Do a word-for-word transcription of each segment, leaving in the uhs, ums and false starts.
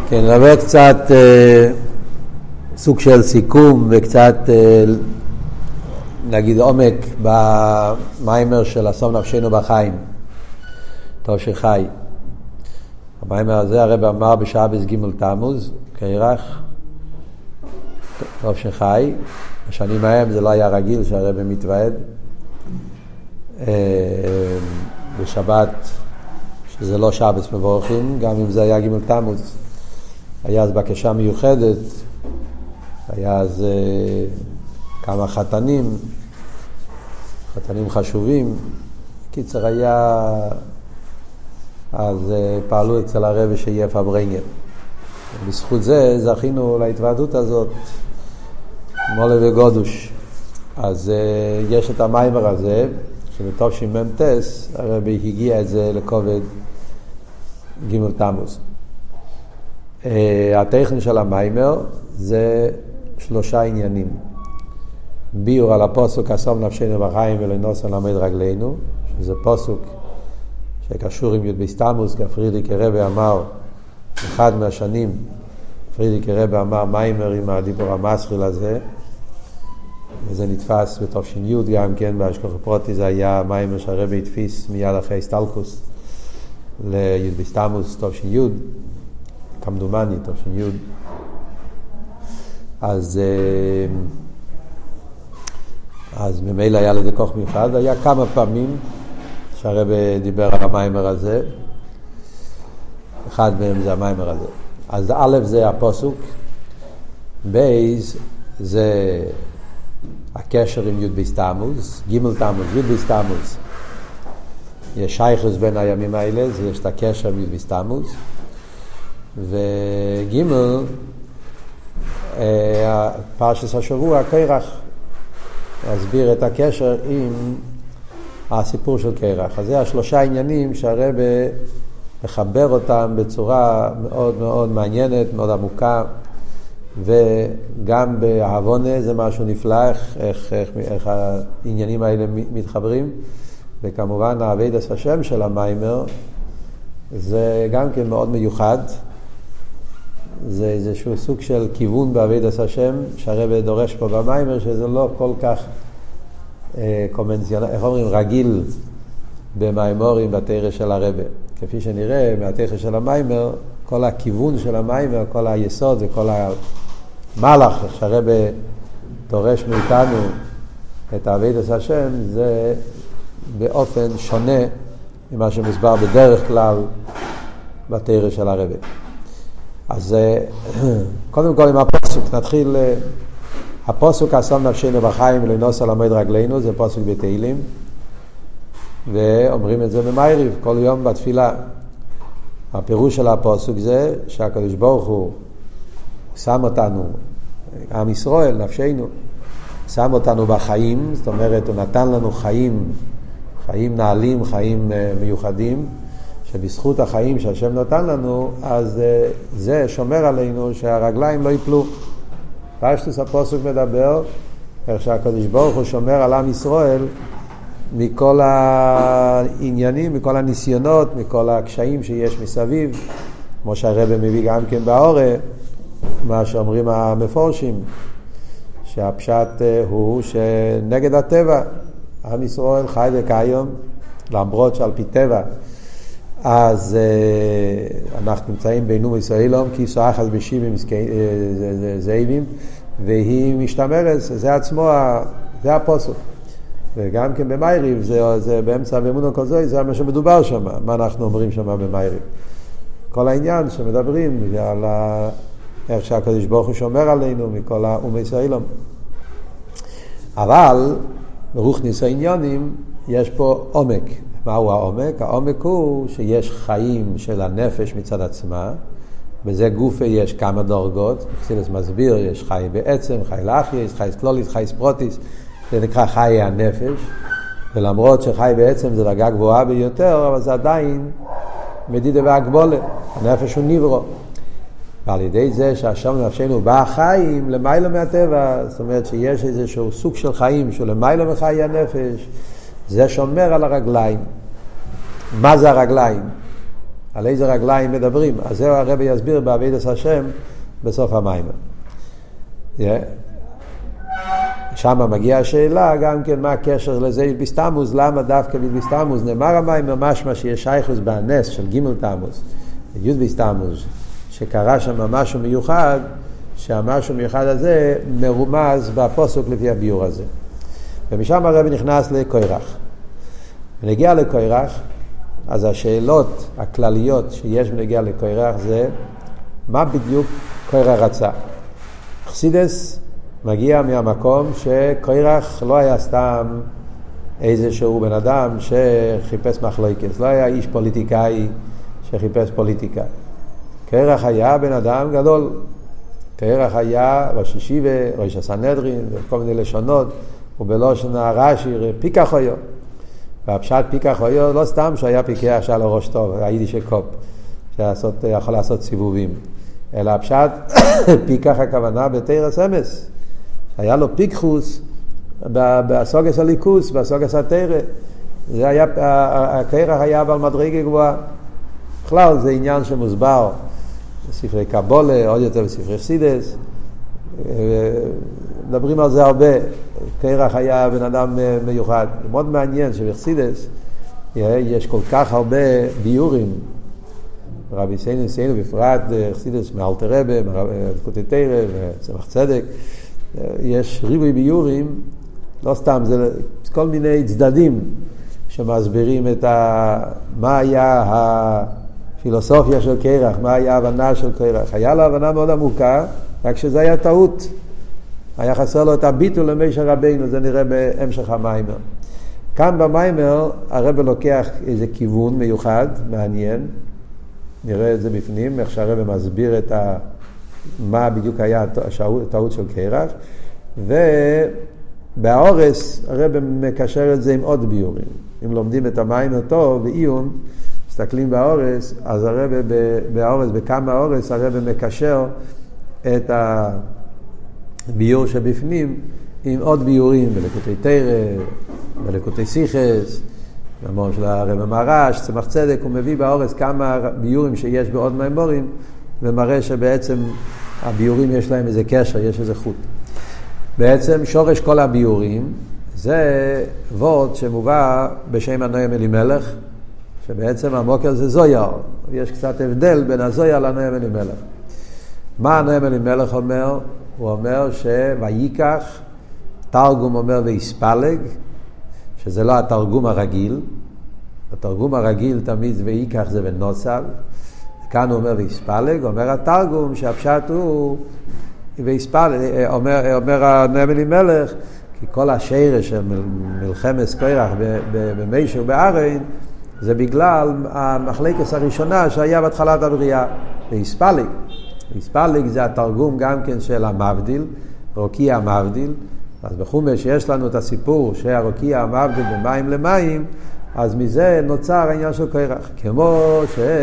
כן, נדבר קצת אה, סוג של סיכום וקצת אה, נגיד עומק במיימר של אסום נפשנו בחיים, טוב שחי. המיימר הזה הרב אמר בשעה בג' תמוז, קרח, טוב שחי. בשנים ההם זה לא היה רגיל שהרב מתוועד. אה, בשבת, שזה לא שבת מבורכים, גם אם זה היה ג' תמוז. היה אז בקשה מיוחדת, היה אז אה, כמה חתנים, חתנים חשובים. קיצר היה, אז אה, פעלו אצל הרב שיהיה פברנגן. בזכות זה זכינו להתוועדות הזאת, מולה וגודוש. אז אה, יש את המיימר הזה, שבטוב שיממתס, הרב הגיע את זה לכובד ג' תמוז. Uh, הטכני של המיימר זה שלושה עניינים. ביור על הפוסוק אסום נפשנו בחיים ולנוסן למד רגלינו, שזה פוסוק שקשור עם י' בסתמוס, כי פרידיק הרבי אמר, אחד מהשנים פרידיק הרבי אמר מיימר עם הדיבור המסחיל הזה, וזה נתפס בתופשין י' גם כן, בהשכוח פרוטי זה היה מיימר שהרבי התפיס מיד אחרי סטלקוס לי' בסתמוס תופשין י', כמדומני, טוב שיוד. אז אז ממילא היה לזה כוח מיוחד. היה כמה פעמים שהרב דיבר על המיימר הזה. אחד מהם זה המיימר הזה. אז א' זה הפוסוק, בייז זה הקשר עם י' בסתמוז, ג' תמוז, י' בסתמוז. יש שייכות בין הימים האלה, זה יש את הקשר עם י' בסתמוז. וגימל, פרשת השבוע, קרח, להסביר את הקשר עם הסיפור של קרח. אז זה השלושה עניינים שהרב מחבר אותם בצורה מאוד מאוד מעניינת, מאוד עמוקה, וגם בהבונה זה משהו נפלא, איך, איך, איך, איך העניינים האלה מתחברים, וכמובן העבודת השם של המיימר, זה גם כן מאוד מיוחד. זה איזשהו סוג של כיוון בעבודת השם שהרב דורש פה במיימר, שזה לא כל כך אה, קונבנציונל, איך אומרים, רגיל במיימורים בתורה של הרב. כפי שנראה מהתורה של המיימר, כל הכיוון של המיימר, כל היסוד וכל המהלך שהרב דורש מאיתנו את עבודת השם, זה באופן שונה ממה שמוסבר בדרך כלל בתורה של הרב. אז קודם כל עם הפסוק, נתחיל. הפסוק אסום נפשנו בחיים ולנוס על עמוד רגלינו, זה פסוק בתהילים, ואומרים את זה במייריב כל יום בתפילה. הפירוש של הפסוק זה שהקדוש ברוך הוא שם אותנו, עם ישראל, נפשנו, שם אותנו בחיים, זאת אומרת הוא נתן לנו חיים, חיים נעלים, חיים מיוחדים, שבזכות החיים שהשם נותן לנו, אז זה שומר עלינו שהרגליים לא ייפלו. פשטוס הפסוק מדבר איך שהקדוש ברוך הוא שומר על עם ישראל מכל העניינים, מכל הניסיונות, מכל הקשיים שיש מסביב, כמו שהרב מביא גם כן באורה, מה שאומרים המפורשים, שהפשט הוא שנגד הטבע, עם ישראל חי וקיים, למרות שעל פי טבע, אז uh, אנחנו נמצאים בינום ישראלום, כי סועח אז בשיבים זאבים, והיא משתמרת, זה עצמו, זה הפוסק. וגם כן במייריב, זה, זה באמצע באמונו כל זה, זה מה שמדובר שם, מה אנחנו אומרים שם במייריב. כל העניין שמדברים על ה... איך שהקדוש ברוך הוא שומר עלינו מכל האום ישראלום. אבל, ברוך ניסו עניונים, יש פה עומק. מהו העומק? העומק הוא שיש חיים של הנפש מצד עצמה, בזה גופה יש כמה דרגות, חסידות מסביר, יש חי בעצם, חי לאחייס, חי כלולית, חי פרוטיס, זה נקרא חיי הנפש, ולמרות שחי בעצם זה דרגה גבוהה ביותר, אבל זה עדיין מדידה והגבולה, הנפש הוא נברו. ועל ידי זה שהשם נפשנו בא חיים למעלה מהטבע, זאת אומרת שיש איזשהו סוג של חיים שהוא למעלה מחיי הנפש, זה שומר על הרגליים. מה זה הרגליים? על איזה רגליים מדברים. אז זהו הרב יסביר בעבודת השם בסוף המיימר. Yeah. שם מגיעה השאלה גם כן מה הקשר לזה בסתמוס, למה דווקא בסתמוס נאמר המיימר משמע שיש שייכות בנס של ג' תמוז, י' בסתמוס, שקרה שם משהו מיוחד, שהמשהו מיוחד הזה מרומז בפסוק לפי הביור הזה. ומשם הרב נכנס לקוירח. ונגיע לקוירח, אז השאלות הכלליות שיש בנגיע לקוירח זה מה בדיוק קוירח רצה. חסידס מגיע מהמקום שקוירח לא היה סתם איזשהו בן אדם שחיפש מחלוקת, לא היה איש פוליטיקאי שחיפש פוליטיקה. קוירח היה בן אדם גדול. קוירח היה ראש ישיבה, ראש הסנהדרין, וכל מיני לשונות, ובלושן הרש"י פיקח היו. והפשט פיקח היו לא סתם שהיה פיקח שהיה לו ראש טוב, היידיש קופ, שיכול לעשות סיבובים. אלא הפשט פיקח הכוונה בתרס אמס. היה לו פיקחוס בסוגס הליכוס, בסוגס התרא. זה היה, הקוירח היה בעל מדרגה גבוהה. בכלל זה עניין שמוסבר בספרי קבולה, עוד יותר בספרי חסידס. מדברים על זה הרבה. קוירח היה בן אדם מיוחד. מאוד מעניין שבחסידס יש כל כך הרבה ביורים. רבי סיינו סיינו בפרט חסידס מאלתר רבי, לקוטי תרא וצמח צדק. יש ריבוי ביורים, לא סתם, זה כל מיני צדדים שמסבירים את ה... מה היה הפילוסופיה של קוירח, מה היה ההבנה של קוירח. היה לו הבנה מאוד עמוקה, רק שזה היה טעות. היה חסר לו את הביטול למשה רבינו, זה נראה בהמשך המיימר. כאן במיימר הרב לוקח איזה כיוון מיוחד, מעניין, נראה את זה בפנים, איך שהרב מסביר את ה... מה בדיוק היה הטעות של קוירח, ובאורס הרב מקשר את זה עם עוד ביורים. אם לומדים את המיימר טוב בעיון, מסתכלים באורס, אז הרב באורס, בכמה אורס, הרב מקשר את הביור שבפנים עם עוד ביורים, בלקוטי תרא, בלקוטי שיחס, במאמר של הרב מרש, צמח צדק, הוא מביא באורס כמה ביורים שיש בעוד מיימורים, ומראה שבעצם הביורים יש להם איזה קשר, יש איזה חוט. בעצם שורש כל הביורים זה וורט שמובא בשם הנוים אלימלך, שבעצם המוקר זה זויר. יש קצת הבדל בין הזויר לנוים אלימלך. מה הנוים אלימלך אומר? הוא אומר שויקח, תרגום אומר ויספלג, שזה לא התרגום הרגיל. התרגום הרגיל תמיד ויקח זה בנוסל. כאן הוא אומר ויספלג, אומר התרגום שהפשט הוא ויספלג, אומר, אומר הנוים אלימלך, כי כל השרש של מלחמת קוירח במישהו בארין, זה בגלל המחלקת הראשונה שהיה בהתחלת הבריאה, ויספלג. ויספלג זה התרגום גם כן של המבדיל, רוקיע המבדיל. אז בחומש יש לנו את הסיפור שהרוקיע המבדיל במים למים, אז מזה נוצר העניין של קוירח. כמו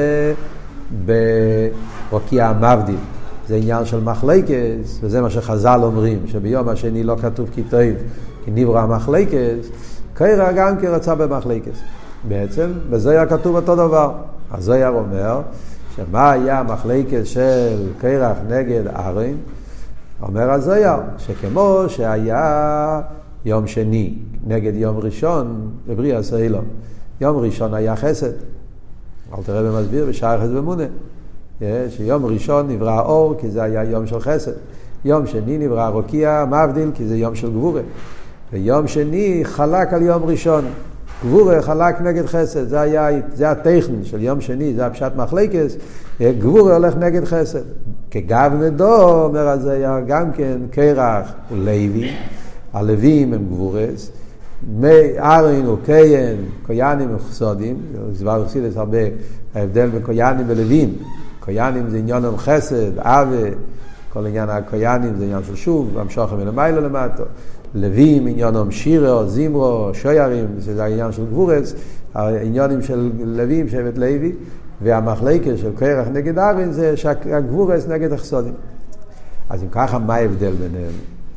שברוקיע המבדיל זה עניין של מחלקת, וזה מה שחז"ל אומרים, שביום השני לא כתוב כי טוב, כי נברא המחלקת, קוירח גם כן רצה במחלקת. בעצם בזויר כתוב אותו דבר. הזויר אומר שמה היה המחלקת של קוירח נגד ארין? אומר הזויר שכמו שהיה יום שני נגד יום ראשון בבריאה סהילו, יום ראשון היה חסד. אל תראה במסביר בשער חסד ומונה, שיום ראשון נברא אור כי זה היה יום של חסד, יום שני נברא רוקיע מבדיל כי זה יום של גבורה, ויום שני חלק על יום ראשון, גבורה חלק נגד חסד. זה היה, זה הטכני של יום שני, זה הפשט מחלקס, גבורה הולך נגד חסד. כגב נדו, אומר על זה היה גם כן קוירח ולוי, הלווים הם גבורס, ארין וקיין, קויאנים וחסודים. זבר חסידס הרבה ההבדל בין קויאנים ולווים. קויאנים זה עניינם חסד, אהבה, כל עניין הקויאנים זה עניין של שוב, המשוכם מלמעלה למטה. לווים עניינם שירו, זמרו, שוירים, זה העניין של גבורס, העניינים של לווים, שבט לוי, והמחלקה של קוירח נגד ארין זה שהגבורס נגד החסודים. אז אם ככה, מה ההבדל ביניהם?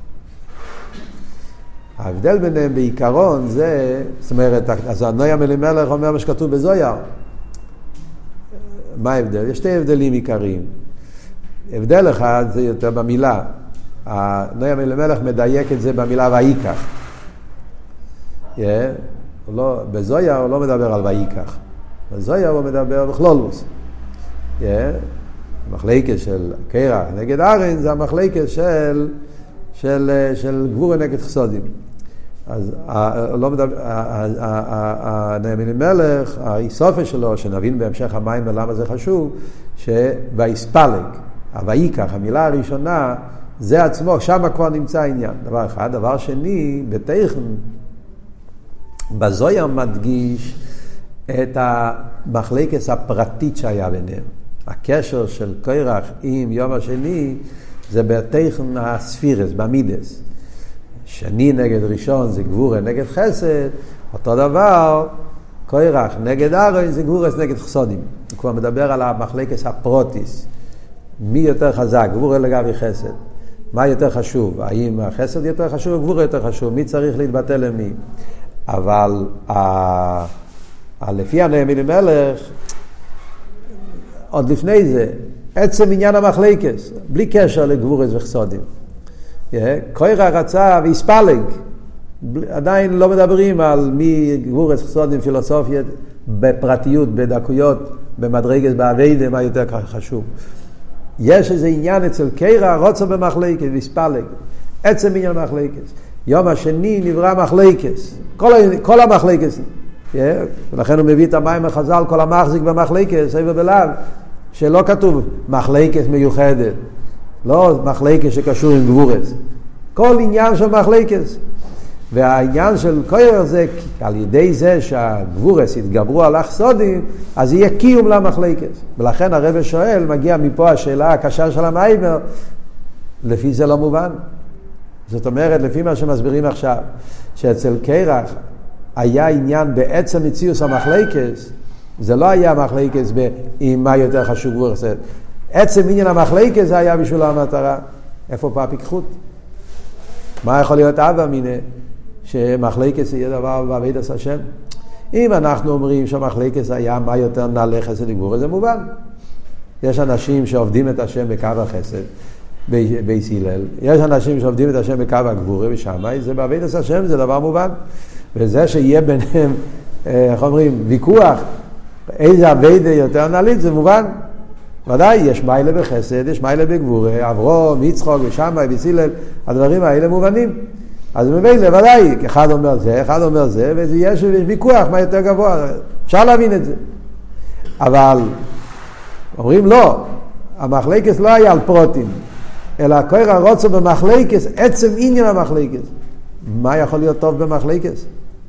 ההבדל ביניהם בעיקרון זה, זאת אומרת, אז הנוים אלימלך אומר מה שכתוב בזויר. מה ההבדל? יש שתי הבדלים עיקריים. הבדל אחד זה יותר במילה. נוי המלך מדייק את זה במילה ויקח. Yeah. לא, בזויה הוא לא מדבר על ויקח. בזויה הוא מדבר בכלולוס. Yeah. המחלקה של קרח נגד ארן זה המחלקה של, של, של גבורה נגד חסודים. אז לא מדבר, הנאמן מלך, הסופה שלו, שנבין בהמשך המים ולמה זה חשוב, שבהספלג, הויקח, המילה הראשונה, זה עצמו, שם כבר נמצא העניין. דבר אחד. דבר שני, בתכן, בזויה מדגיש את המחלקת הפרטית שהיה ביניהם. הקשר של קרח עם יום השני, זה בתכן הספירס, במידס. שני נגד ראשון זה גבורה נגד חסד, אותו דבר, קרח נגד ארון זה גבורס נגד חסודים. הוא כבר מדבר על המחלקת הפרוטיס. מי יותר חזק, גבורה לגבי חסד? מה יותר חשוב? האם החסד יותר חשוב או גבורה יותר חשוב? מי צריך להתבטא למי? אבל ה... לפי הנאמן מלך, עוד לפני זה, עצם עניין המחלקס, בלי קשר לגבורס וחסודים. קרח רצה והספלג, עדיין לא מדברים על מי גבורס חסודים פילוסופיה, בפרטיות, בדקויות, במדרגס, בעבודה, מה יותר חשוב. יש איזה עניין אצל קרח, רוצה במחלקס והספלג, עצם עניין המחלקס. יום השני נברא מחלקס, כל, כל המחלקס, yeah, ולכן הוא מביא את המים החז"ל, כל המחזיק במחלקס, סבב בלב, שלא כתוב מחלקס מיוחדת, לא מחלקס שקשור עם גבורס, כל עניין של מחלקס. והעניין של קרח זה, על ידי זה שהגבורס יתגברו על החסודים, אז יהיה קיום למחלקס. ולכן הרב שואל, מגיע מפה השאלה הקשה של המיימר, לפי זה לא מובן. זאת אומרת, לפי מה שמסבירים עכשיו, שאצל קרח היה עניין בעצם מציאוס המחלקס, זה לא היה מחלקס עם מה יותר חשוב גבורס. עצם עניין המחלקס זה היה בשביל המטרה. איפה פה הפיקחות? מה יכול להיות אבא מיני שמחלקס יהיה דבר בעבודת השם? אם אנחנו אומרים שהמחלקס היה מה יותר נעלה חסד לגבורס, זה מובן. יש אנשים שעובדים את השם בקו החסד, בייס הלל. יש אנשים שעובדים את השם בקו הגבורה ושמאי, זה בעבודת השם, זה דבר מובן. וזה שיהיה ביניהם, איך אומרים, ויכוח, איזה עבודה יותר נעלית, זה מובן. ודאי, יש מיילה בחסד, יש מיילה בגבורה, אברום, יצחוק ושמאי וסילל, הדברים האלה מובנים. אז ממילא, ודאי, אחד אומר זה, אחד אומר זה, ויש ויכוח מה יותר גבוה, אפשר להבין את זה. אבל אומרים לא, המחלקס לא היה על פרוטים, אלא קרח רוצה במחלקס, עצם עניין המחלקס. מה יכול להיות טוב במחלקס?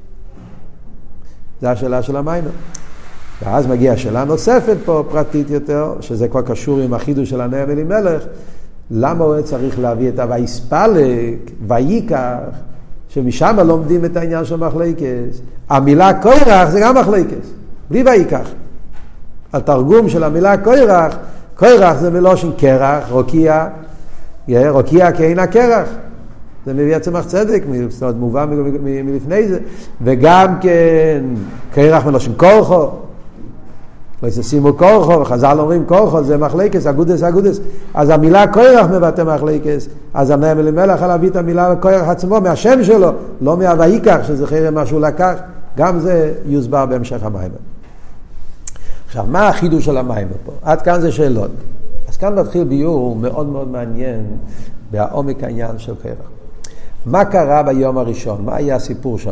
זו השאלה של המיימר. ואז מגיעה שאלה נוספת פה, פרטית יותר, שזה כבר קשור עם החידוש של הנאמן מלך, למה הוא צריך להביא את הויספלג, ויקח, שמשם לומדים את העניין של מחלקס. המילה קרח זה גם מחלקס, בלי ויקח. התרגום של המילה קרח, קרח זה מלושן קרח, רוקיע, רוקיע כאין הקרח. זה מביא עצמך צדק, מובן מלפני זה. וגם כן, קרח מלושן קורחו, שימו קורחו, וחז"ל אומרים קורחו, זה מחלקס, אגודס, אגודס. אז המילה קרח מבטא מחלקס, אז הנאמן מלך להביא את המילה קרח עצמו, מהשם שלו, לא מהויקח, שזה חרם מה שהוא לקח. גם זה יוסבר בהמשך המיימר. עכשיו, מה החידוש של המיימר פה? עד כאן זה שאלות. אז כאן מתחיל ביור מאוד מאוד מעניין בעומק העניין של קרח. מה קרה ביום הראשון? מה היה הסיפור שם?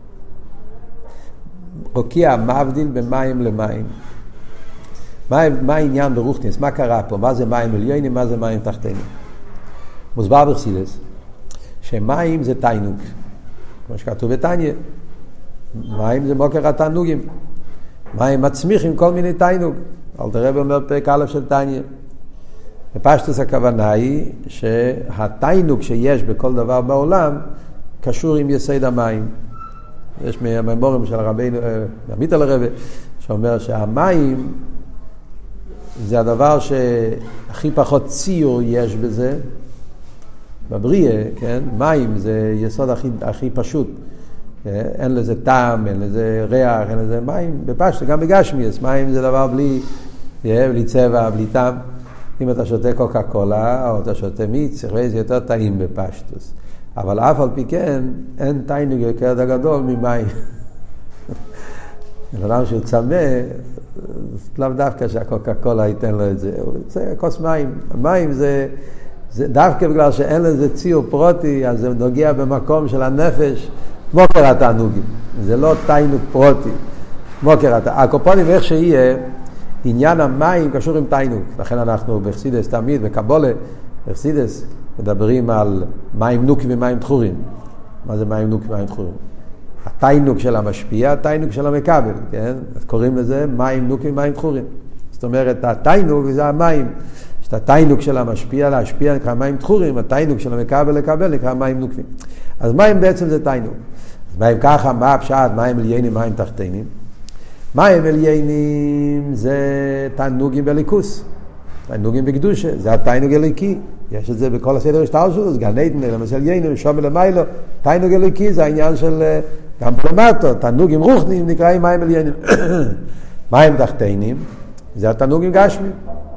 רוקיע מבדיל במים למים. מה, מה העניין ברוכניס? מה קרה פה? מה זה מים עליונים? מה זה מים תחתינים? מוסבר בחסידות שמים זה תיינוק, כמו שכתוב בתניא. מים זה מוקר התענוגים. מים מצמיחים כל מיני תיינוק. אל תראה אומר פרק א' של תניא. בפשטוס הכוונה היא שהתיינוק שיש בכל דבר בעולם קשור עם יסוד המים. יש מהממורים של הרבינו, עמית על הרבי, שאומר שהמים זה הדבר שהכי פחות ציור יש בזה, בבריאה, כן? מים זה יסוד הכי, הכי פשוט. אין לזה טעם, אין לזה ריח, אין לזה מים. בפשט, גם בגשמיאס, מים זה דבר בלי, בלי צבע, בלי טעם. אם אתה שותה קוקה קולה או אתה שותה מיץ, זה יותר טעים בפשטוס. אבל אף על פי כן, אין תענוג יותר גדול ממים. אדם שהוא צמא, לאו דווקא שהקוקה קולה ייתן לו את זה. זה כוס מים. המים זה, זה דווקא בגלל שאין לזה ציור פרוטי, אז זה נוגע במקום של הנפש, מוקר התענוגים. זה לא תענוג פרוטי. מוקר התענוג. הקופונים איך שיהיה, עניין המים קשור עם תענוג. לכן אנחנו בחסידס תמיד, בקבולה, בחסידס, מדברים על מים נוקי ומים תחורים. מה זה מים נוקי ומים תחורים? התענוג של המשפיע, התענוג של המקבל, כן? אז קוראים לזה מים נוקי ומים תחורים. זאת אומרת, התענוג זה המים. יש את התענוג של המשפיע, להשפיע נקרא מים תחורים, התענוג של המקבל לקבל נקרא מים נוקי. אז מים בעצם זה תענוג. אז מים ככה, מה הפשט, מים עליינים, מים תחתינים. מים עליינים זה תענוגים בליכוס, תענוגים בקדושה, זה התענוג אליקי. יש את זה בכל הסדר השטלשלות, גן עדן, למעשה עליינים, שומר למיילו, תענוג אליקי זה העניין של גם פלמטו, תענוגים רוחניים נקראים מים עליינים. מים תחתינים זה התענוגים גשמים.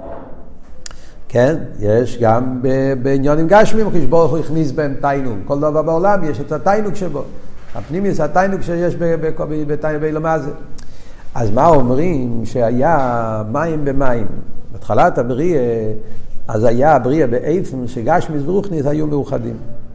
כן, יש גם בעניונים גשמים, כשברוך הוא הכניס בהם תענוג. כל דבר בעולם יש את התענוג שבו. הפנימי זה התענוג שיש באילומה הזה. אז מה אומרים שהיה מים במים? בתחילת הבריאה, אז היה הבריאה באיפן שגשמיס ורוחניס היו מאוחדים.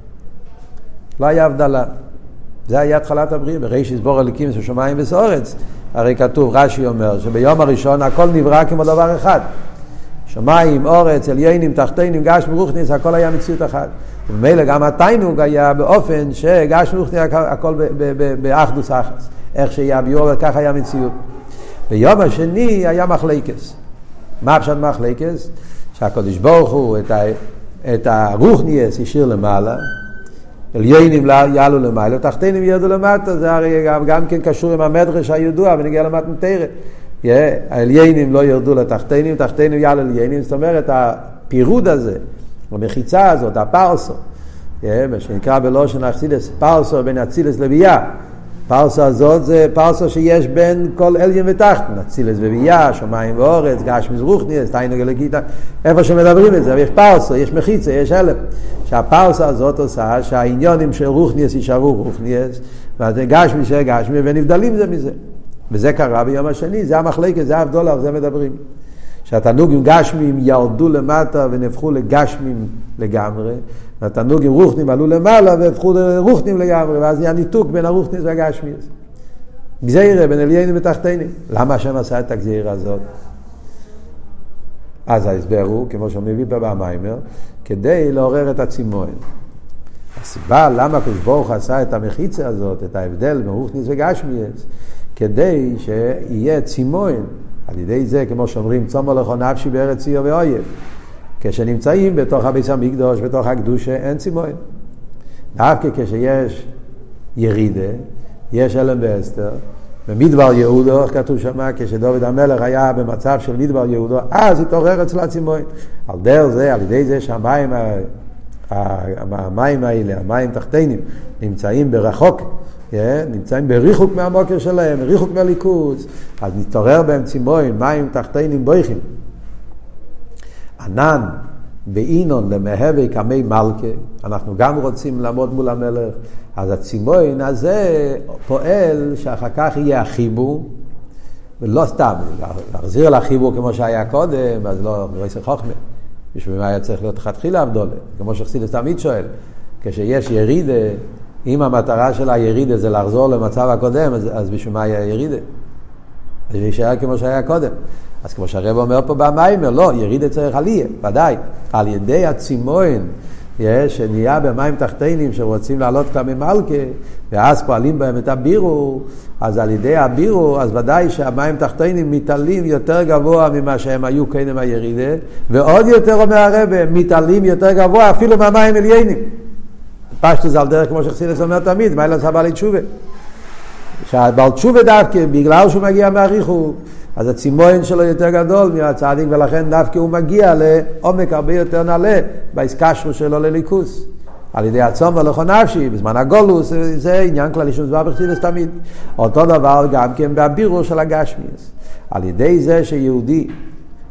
לא היה הבדלה. זה היה התחלת הבריאה, בראשית ברא אלוקים עשה שמיים וארץ. הרי כתוב, רש"י אומר, שביום הראשון הכל נברא כמו דבר אחד. שמיים, אורץ, עליינים, תחתינים, גשם ורוחניס, הכל היה מציאות אחת. וממילא גם התענוג היה באופן שגשם ורוחניס הכל באחדוס אחס. איך שהיה ביור, וכך היה מציאות. ביום השני היה מחלקס. מה פשט מחלקס? שהקדוש ברוך הוא את, ה, את הרוחניס השאיר למעלה, עליינים יעלו למעלה, תחתינים ירדו למטה, זה הרי גם, גם כן קשור עם המדרש הידוע, ונגיע למטה תרא. העליינים לא ירדו לתחתינים, תחתינים יעלו עליינים, זאת אומרת, הפירוד הזה, המחיצה הזאת, הפרסו, מה שנקרא בלושן החסידס, פרסו בין אצילס לביאה, פרסה הזאת זה פרסה שיש בין כל עליין ותחתן, אצילס וביאה, שמיים ואורץ, גשמיס רוחניס, תענוג אלוקי, איפה שמדברים את זה, יש פרסה, יש מחיצה, יש אלף. שהפרסה הזאת עושה שהעניונים של רוחניס יישארו רוחניס, והגשמיס של גשמיס, ונבדלים זה מזה. וזה קרה ביום השני, זה המחלקת, זה ההבדלה, על זה מדברים. שהתענוגים גשמים ירדו למטה ונהפכו לגשמים לגמרי, והתענוגים רוחנים עלו למעלה והפכו לרוחנים לגמרי, ואז נהיה ניתוק בין הרוחניס והגשמיס. גזירה בין עליינים ותחתינים. למה השם עשה את הגזירה הזאת? אז ההסבר הוא, כמו שמביא פה במיימר, כדי לעורר את הצימון. הסיבה למה הקדוש ברוך הוא עשה את המחיצה הזאת, את ההבדל בין רוחניס וגשמיס, כדי שיהיה צימון. על ידי זה, כמו שאומרים, צומו לכו נפשי בארץ ציור ואויב. כשנמצאים בתוך הביס המקדוש, בתוך הקדושה, אין צימון. דווקא כשיש ירידה, יש אלם ואסתר, במדבר יהודו, איך כתוב שמה, כשדוד המלך היה במצב של מדבר יהודו, אז התעורר אצל הצימון. על דרך זה, על ידי זה שהמים המים האלה, המים תחתינים, נמצאים ברחוק, נמצאים בריחוק מהמוקר שלהם, ריחוק מהליכוז, אז נתעורר בהם צימון, מים תחתינים בויכים. ענן באינון למהווה כמי מלכה, אנחנו גם רוצים לעמוד מול המלך, אז הצימון הזה פועל שאחר כך יהיה החיבור, ולא סתם, להחזיר לחיבור כמו שהיה קודם, אז לא, לא יצא חוכמה, בשביל מה היה צריך להיות חתחילה הבדולה, כמו שחסידס תמיד שואל, כשיש ירידה, אם המטרה של הירידה זה לחזור למצב הקודם, אז, אז בשביל מה היה ירידה? אז יישאר כמו שהיה קודם. אז כמו שהרב אומר פה במיימר, לא, ירידה צריך עלייה, ודאי. על ידי הצימון, יש, שנהיה במים תחתינים שרוצים לעלות כלמי מלכה, ואז פועלים בהם את הבירו, אז על ידי הבירו, אז ודאי שהמים תחתינים מתעלים יותר גבוה ממה שהם היו קודם הירידה, ועוד יותר אומר הרב, מתעלים יותר גבוה אפילו מהמים עליינים. פשטו זה על דרך כמו שחסידס אומר תמיד, מה אלא סבא לתשובה. שהבעל תשובה דווקא, בגלל שהוא מגיע מהריחוק, אז הצימון שלו יותר גדול מהצדיק, ולכן דווקא הוא מגיע לעומק הרבה יותר נעלה, בהסקשרו שלו לליכוס. על ידי הצום ולכו נפשי, בזמן הגולוס, זה עניין כללי שמסבר בחסידס תמיד. אותו דבר גם כן בהבירו של הגשמיס. על ידי זה שיהודי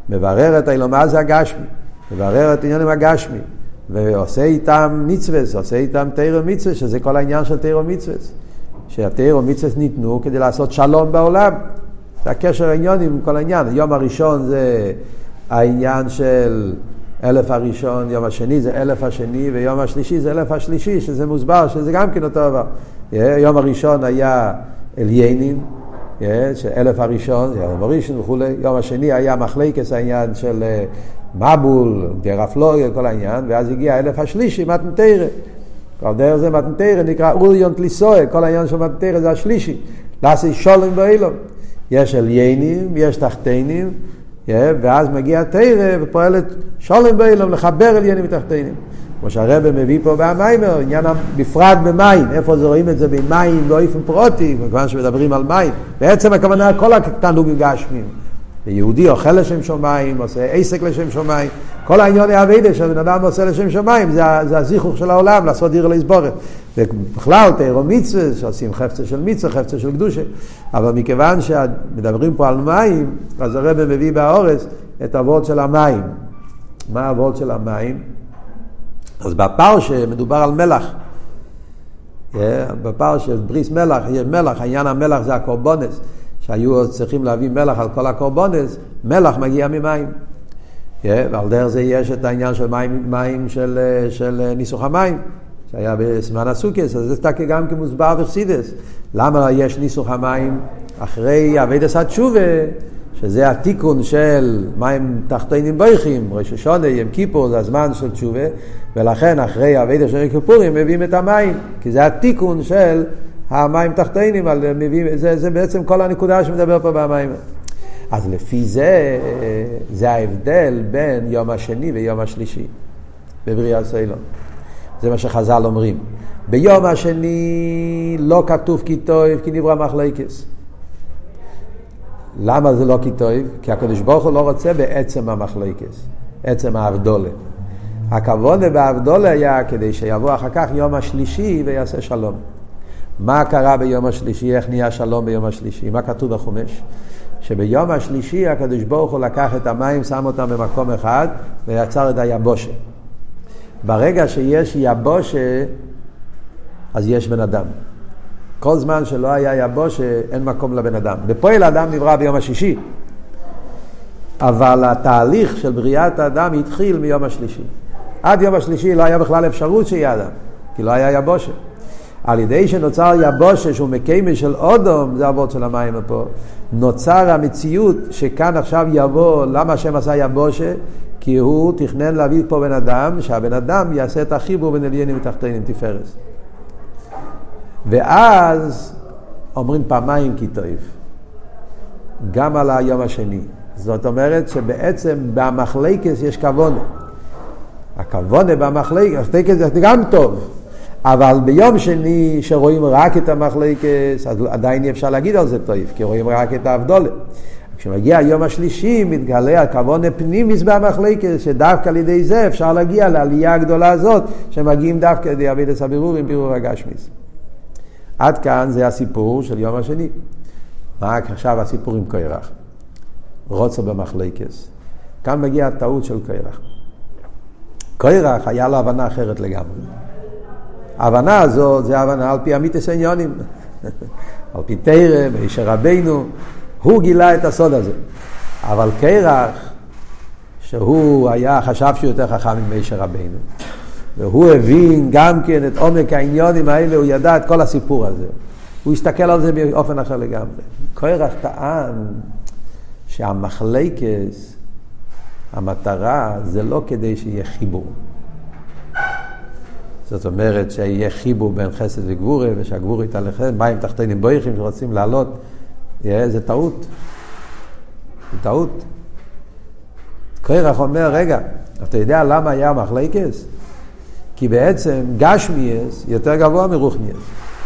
מברר את האילו מה זה הגשמי, מברר את עניינים הגשמי, ועושה איתם מצווה, עושה איתם תורה ומצווה, שזה כל העניין של תורה ומצווה. שהתורה ומצווה ניתנו כדי לעשות שלום בעולם. זה הקשר העניין עם כל העניין. היום הראשון זה העניין של אלף הראשון, יום השני זה אלף השני, ויום השלישי זה אלף השלישי, שזה מוסבר, שזה גם כן אותו דבר. יום הראשון היה אליינים, שאלף הראשון, זה יום הראשון וכו'. יום השני היה מחלקס העניין של מבול, גרפלוגיה, כל העניין, ואז הגיע אלף השלישי, מתן תורה. כל דרך זה מתן תורה נקרא אוריון תליסוי, כל העניין של מתן תורה זה השלישי. לעשות שולם באילום. יש אליינים, יש תחתינים, ואז מגיע תורה ופועלת שולם באילום, לחבר אליינים ותחתינים. כמו שהרבא מביא פה במיימר, עניין בפרט במים, איפה זה רואים את זה במים, באופן פרוטי, מכיוון שמדברים על מים. בעצם הכוונה כל התענוגים גשמיים. יהודי אוכל לשם שמיים, עושה עסק לשם שמיים, כל העניין העבודה שבן אדם עושה לשם שמיים, זה, זה הזיכוך של העולם, לעשות דיר להסבורת. ובכלל, תורה ומצווה, שעושים חפצה של מצווה, חפצה של קדושה. אבל מכיוון שמדברים פה על מים, אז הרב מביא באורס את העבוד של המים. מה העבוד של המים? אז בפרשה מדובר על מלח. בפרשה בריס מלח, יש מלח, העניין המלח זה הקורבנס. שהיו צריכים להביא מלח על כל הקורבנס, מלח מגיע ממים. Yeah, ועל דרך זה יש את העניין של מים, מים של, של ניסוך המים, שהיה בזמן הסוכס, אז זה תקה גם כמוסבר בחסידות. למה יש ניסוך המים? אחרי עבודת התשובה, שזה התיקון של מים תחתונים בויכים, ראש השונה, יום כיפור, זה הזמן של תשובה, ולכן אחרי עבודת של כיפורים מביאים את המים, כי זה התיקון של המים תחתינים, זה, זה בעצם כל הנקודה שמדבר פה במים. אז לפי זה, זה ההבדל בין יום השני ויום השלישי בבריאת סוילום. זה מה שחז"ל אומרים. ביום השני לא כתוב כי טוב, כי נברא מחלקס. למה זה לא כי טוב? כי הקדוש ברוך הוא לא רוצה בעצם המחלקס, עצם ההבדולה. הכוונה בהבדולה היה כדי שיבוא אחר כך יום השלישי ויעשה שלום. מה קרה ביום השלישי? איך נהיה שלום ביום השלישי? מה כתוב בחומש? שביום השלישי הקדוש ברוך הוא לקח את המים, שם אותם במקום אחד ויצר את היבושה. ברגע שיש יבושה, אז יש בן אדם. כל זמן שלא היה יבושה, אין מקום לבן אדם. בפועל האדם נברא ביום השישי, אבל התהליך של בריאת האדם התחיל מיום השלישי. עד יום השלישי לא היה בכלל אפשרות שיהיה אדם, כי לא היה יבושה. על ידי שנוצר יבושה שהוא מקיימה של אודום, זה העבוד של המים פה, נוצר המציאות שכאן עכשיו יבוא, למה השם עשה יבושה? כי הוא תכנן להביא פה בן אדם, שהבן אדם יעשה את החיבור בין עליינים ותחתינים, תפארת. ואז אומרים פעמיים כי טוב, גם על היום השני. זאת אומרת שבעצם במחלקס יש כוונה. הכוונה במחלקס זה גם טוב, אבל ביום שני שרואים רק את המחלקס, אז עדיין אי אפשר להגיד על זה טוב, כי רואים רק את ההבדולה. כשמגיע היום השלישי מתגלה הכוונה פנימיס במחלקס, שדווקא על ידי זה אפשר להגיע לעלייה הגדולה הזאת, שמגיעים דווקא לידי עבודת הבירור עם בירור הגשמיס. עד כאן זה הסיפור של יום השני. מה עכשיו הסיפור עם קורח? רוצה במחלקס. כאן מגיע הטעות של קורח. קורח היה לו הבנה אחרת לגמרי. ההבנה הזאת זה הבנה על פי אמיתוס עניונים. על פי תורה, משה רבינו, הוא גילה את הסוד הזה. אבל קורח, שהוא היה, חשב שהוא יותר חכם ממשה רבינו. והוא הבין גם כן את עומק העניונים האלה, הוא ידע את כל הסיפור הזה. הוא הסתכל על זה באופן אחר לגמרי. קורח טען שהמחלקס, המטרה, זה לא כדי שיהיה חיבור. זאת אומרת שיהיה חיבור בין חסד וגבורה, ושהגבורה יתהלכם, מים תחתינים בויכים שרוצים לעלות. זה טעות. זה טעות. קורח אומר, רגע, אתה יודע למה היה מחלקס? כי בעצם גשמיאס יותר גבוה מרוחניאס.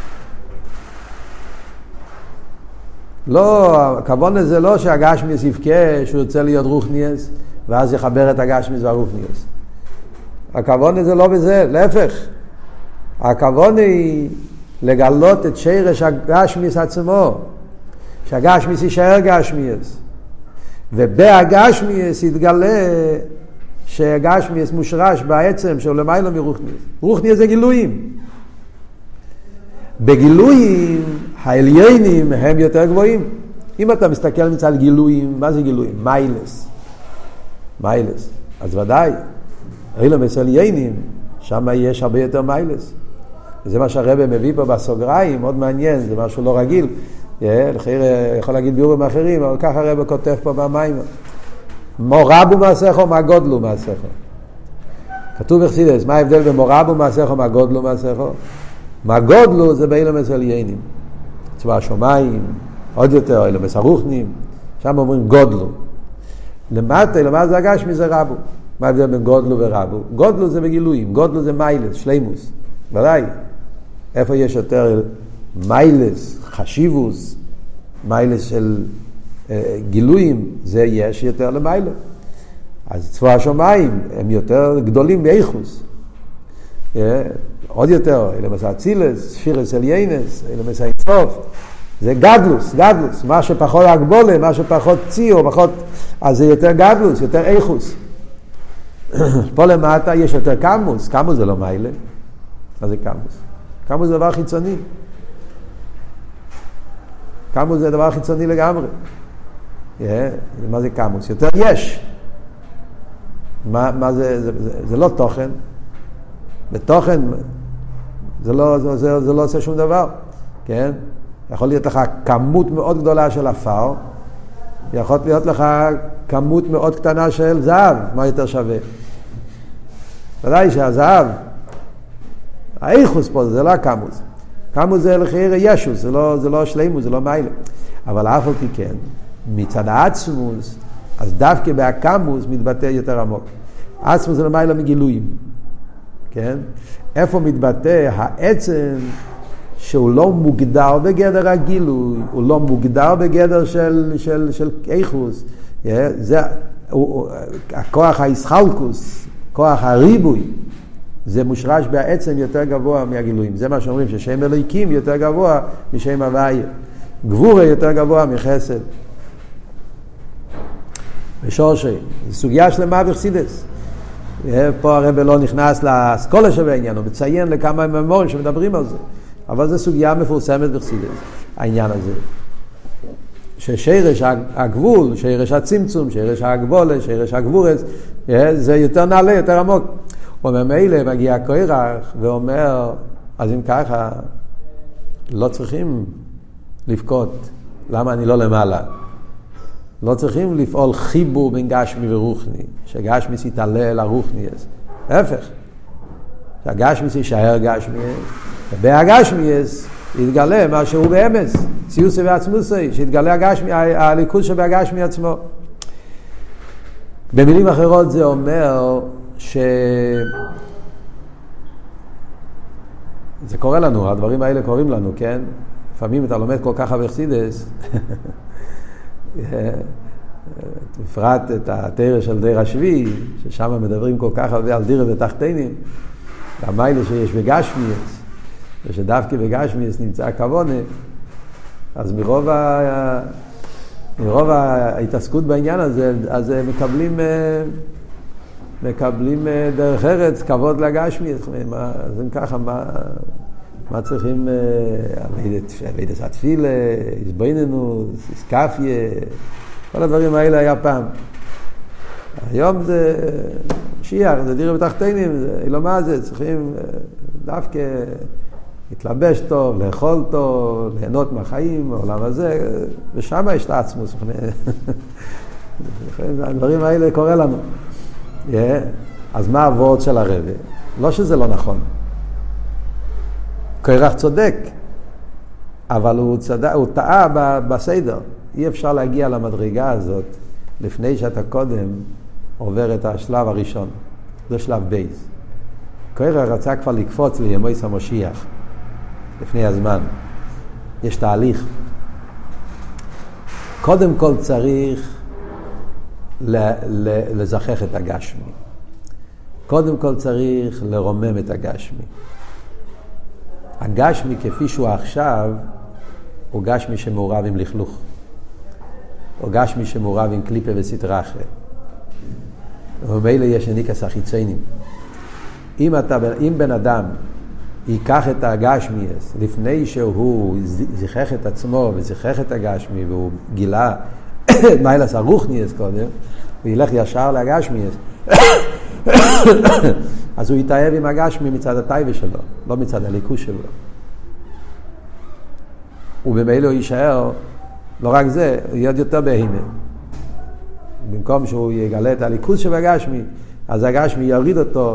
לא, הכוונה זה לא שהגשמיאס יבכה שהוא יוצא להיות רוחניאס, ואז יחבר את הגשמיאס והרוחניאס. הכוונה זה לא בזה, להפך. הכוונה היא לגלות את שרש הגשמיאס עצמו, שהגשמיאס יישאר גשמיאס. ובהגשמיאס יתגלה שהגשמיאס מושרש בעצם שהוא למעלה מרוחניאס. רוחניאס זה גילויים. בגילויים העליינים הם יותר גבוהים. אם אתה מסתכל מצד גילויים, מה זה גילויים? מיילס. מיילס. אז ודאי, אילומס עליינים, שם יש הרבה יותר מיילס. וזה מה שהרבא מביא פה בסוגריים, מאוד מעניין, זה משהו לא רגיל. לחיר יכול להגיד ביורים אחרים, אבל ככה הרבא כותב פה במים. מורבו מעשיכו, מה גודלו מעשיכו. כתוב בחסידות, מה ההבדל בין מורבו מעשיכו, מה גודלו מעשיכו? מה גודלו זה באילומס עליינים. צבא השומיים, עוד יותר, אילומס הרוחנים, שם אומרים גודלו. למטה, למטה זה הגשמי זה רבו. מה ההבדל בין גודלו ורבו? גודלו זה בגילויים, גודלו זה מיילס, שלימוס. ודאי, איפה יש יותר מיילס, חשיבוס, מיילס של אה, גילויים, זה יש יותר למיילס. אז צבא השומיים הם יותר גדולים באיכוס. אה, עוד יותר, אילומס האצילס, ספירס עליינס, אילומס האינסוף. זה גדלוס, גדלוס. מה שפחות הגבולה, מה שפחות ציור, פחות, אז זה יותר גדלוס, יותר איכוס. פה למטה יש יותר קמוס. קמוס זה לא מיילה. מה זה קמוס? קמוס זה דבר חיצוני. קמוס זה דבר חיצוני לגמרי. Yeah, מה זה קמוס? יותר יש. מה, מה זה, זה, זה, זה לא תוכן. בתוכן זה לא, זה, זה, זה לא עושה שום דבר. כן? יכול להיות לך כמות מאוד גדולה של אפר, יכול להיות לך כמות מאוד קטנה של זהב. מה יותר שווה? ודאי שהזהב, האיכוס פה זה לא הקמוס. קמוס זה לחיר ישוס, זה לא, זה לא שלימוס, זה לא מיילה. אבל אף על פי כן, מצד העצמוס, אז דווקא בהקמוס מתבטא יותר עמוק. עצמוס זה למיילה מגילויים. כן? איפה מתבטא העצם שהוא לא מוגדר בגדר הגילוי, הוא לא מוגדר בגדר של, של, של איכוס. זה, הוא, הכוח הישחלקוס, כוח הריבוי, זה מושרש בעצם יותר גבוה מהגילויים. זה מה שאומרים, ששם אלוהיקים יותר גבוה משם הוויה. גבורה יותר גבוה מחסד. בשורשי, זו סוגיה שלמה בחסידות. פה הרב לא נכנס לאסכולה שבעניין, הוא מציין לכמה ממורים שמדברים על זה. אבל זו סוגיה מפורסמת בחסידות, העניין הזה. ששרש הגבול, שרש הצמצום, שרש הגבולה, שרש הגבורס, זה יותר נעלה, יותר עמוק. וממילא מגיע קורח ואומר, אז אם ככה, לא צריכים לבכות, למה אני לא למעלה? לא צריכים לפעול חיבור בין גשמי ורוחני, שגשמי יתעלה לרוחני. ההפך, שהגשמי יישאר גשמי, ובהגשמי יתגלה מה שהוא באמס, ציוסי ועצמוסי, שיתגלה הגשמי, הליכוז שבהגשמי עצמו. במילים אחרות זה אומר ש... זה קורה לנו, הדברים האלה קורים לנו, כן? לפעמים אתה לומד כל כך הרבה חסידות, בפרט את התורה של דיר השביעי, ששם מדברים כל כך הרבה על דירה ותחתינים, והמיילה שיש בגשמיאס, ושדווקא בגשמיאס נמצא הכוונה, אז מרוב, ה... מרוב ההתעסקות בעניין הזה, אז מקבלים, מקבלים דרך ארץ כבוד לגשמיאס. אז אם ככה, מה, מה צריכים? עבודת התפילה, התבוננות, איסקפיה, כל הדברים האלה היה פעם. היום זה משיח, זה דירה בתחתינים, זה לא מה זה, צריכים דווקא להתלבש טוב, לאכול טוב, ליהנות מהחיים, העולם הזה, ושם יש את העצמוס. הדברים האלה קורה לנו. אז מה העבוד של הרבי? לא שזה לא נכון. קורח צודק, אבל הוא, צדק, הוא טעה בסדר. אי אפשר להגיע למדרגה הזאת לפני שאתה קודם עובר את השלב הראשון. זה שלב בייס. קורח רצה כבר לקפוץ לימויס המשיח לפני הזמן. יש תהליך. קודם כל צריך לזכח את הגשמי. קודם כל צריך לרומם את הגשמי. הגשמי כפי שהוא עכשיו, הוא גשמי שמעורב עם לכלוך. או גשמי שמורב עם קליפה וסטרחה. ומילא יש ניקס החיציינים. אם, אתה, אם בן אדם ייקח את הגשמי לפני שהוא זיכך את עצמו וזיכך את הגשמי והוא גילה מיילס הרוחניאס קודם, הוא ילך ישר להגשמיאס, אז הוא יתאהב עם הגשמי מצד הטייבה שלו, לא מצד הליכוס שלו. ובמילא הוא יישאר, לא רק זה, הוא יהיה יותר בהימה. במקום שהוא יגלה את הליכוס של הגשמי, אז הגשמי יוריד אותו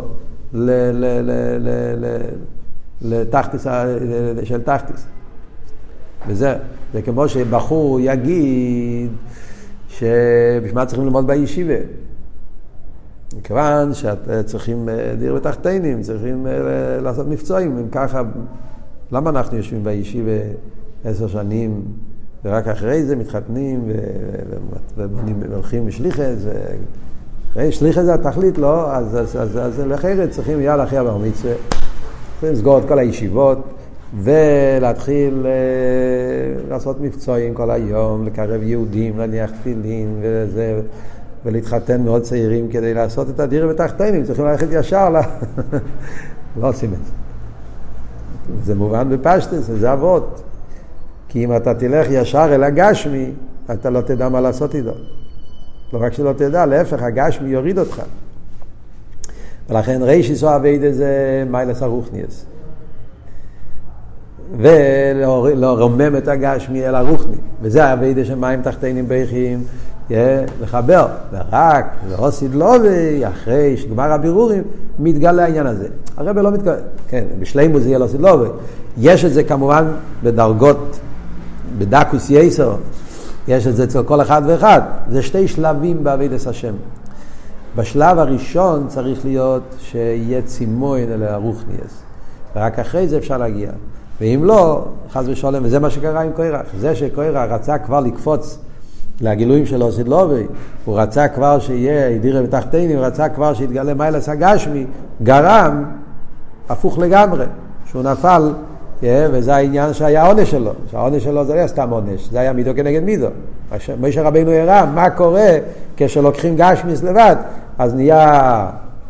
לתחתיס של תחתיס. וזה, זה כמו שבחור יגיד שבשמה צריכים ללמוד בישיבה. מכיוון שצריכים דיר ותחתינים, צריכים לעשות מבצועים. אם ככה, למה אנחנו יושבים בישיבה עשר שנים, ורק אחרי זה מתחתנים והולכים לשליחת? אחרי שליחת זה התכלית, לא? אז, אז, אז, אז לאחרת צריכים יאללה אחרי הבר מצווה, צריכים לסגור את כל הישיבות, ולהתחיל לעשות מבצועים כל היום, לקרב יהודים, להניח תפילין וזה, ולהתחתן מאוד צעירים כדי לעשות את הדיר ותחתינים, צריכים ללכת ישר לה. לא עושים את זה. זה מובן בפשטס, זה אבות. כי אם אתה תלך ישר אל הגשמי, אתה לא תדע מה לעשות איתו. לא רק שלא תדע, להפך, הגשמי יוריד אותך. ולכן רישיס או אביידה זה מיילס הרוחניאס. ולרומם את הגשמי אל הרוחני. וזה האביידה שמים תחתינים ביחים, לחבר. ורק, להוסיד לובי, אחרי שגמר הבירורים, מתגלה העניין הזה. הרב לא מתגלה, כן, בשלימו זה יהיה להוסיד לובי. יש את זה כמובן בדרגות, בדקוס יסר, יש את זה אצל כל אחד ואחד. זה שתי שלבים בעבודת השם. בשלב הראשון צריך להיות שיהיה צימון אל הרוחניאס. ורק אחרי זה אפשר להגיע. ואם לא, חס ושלום, וזה מה שקרה עם קוירח. זה שקוירח רצה כבר לקפוץ לגילויים שלו סדלובי, הוא רצה כבר שיהיה ידירה ותחתינים, הוא רצה כבר שיתגלה מיילס הגשמי, גרם הפוך לגמרי, שהוא נפל, וזה העניין שהיה העונש שלו. שהעונש שלו זה היה סתם עונש, זה היה מידו כנגד מידו. משה רבינו הראה מה קורה כשלוקחים גשמיס לבד, אז נהיה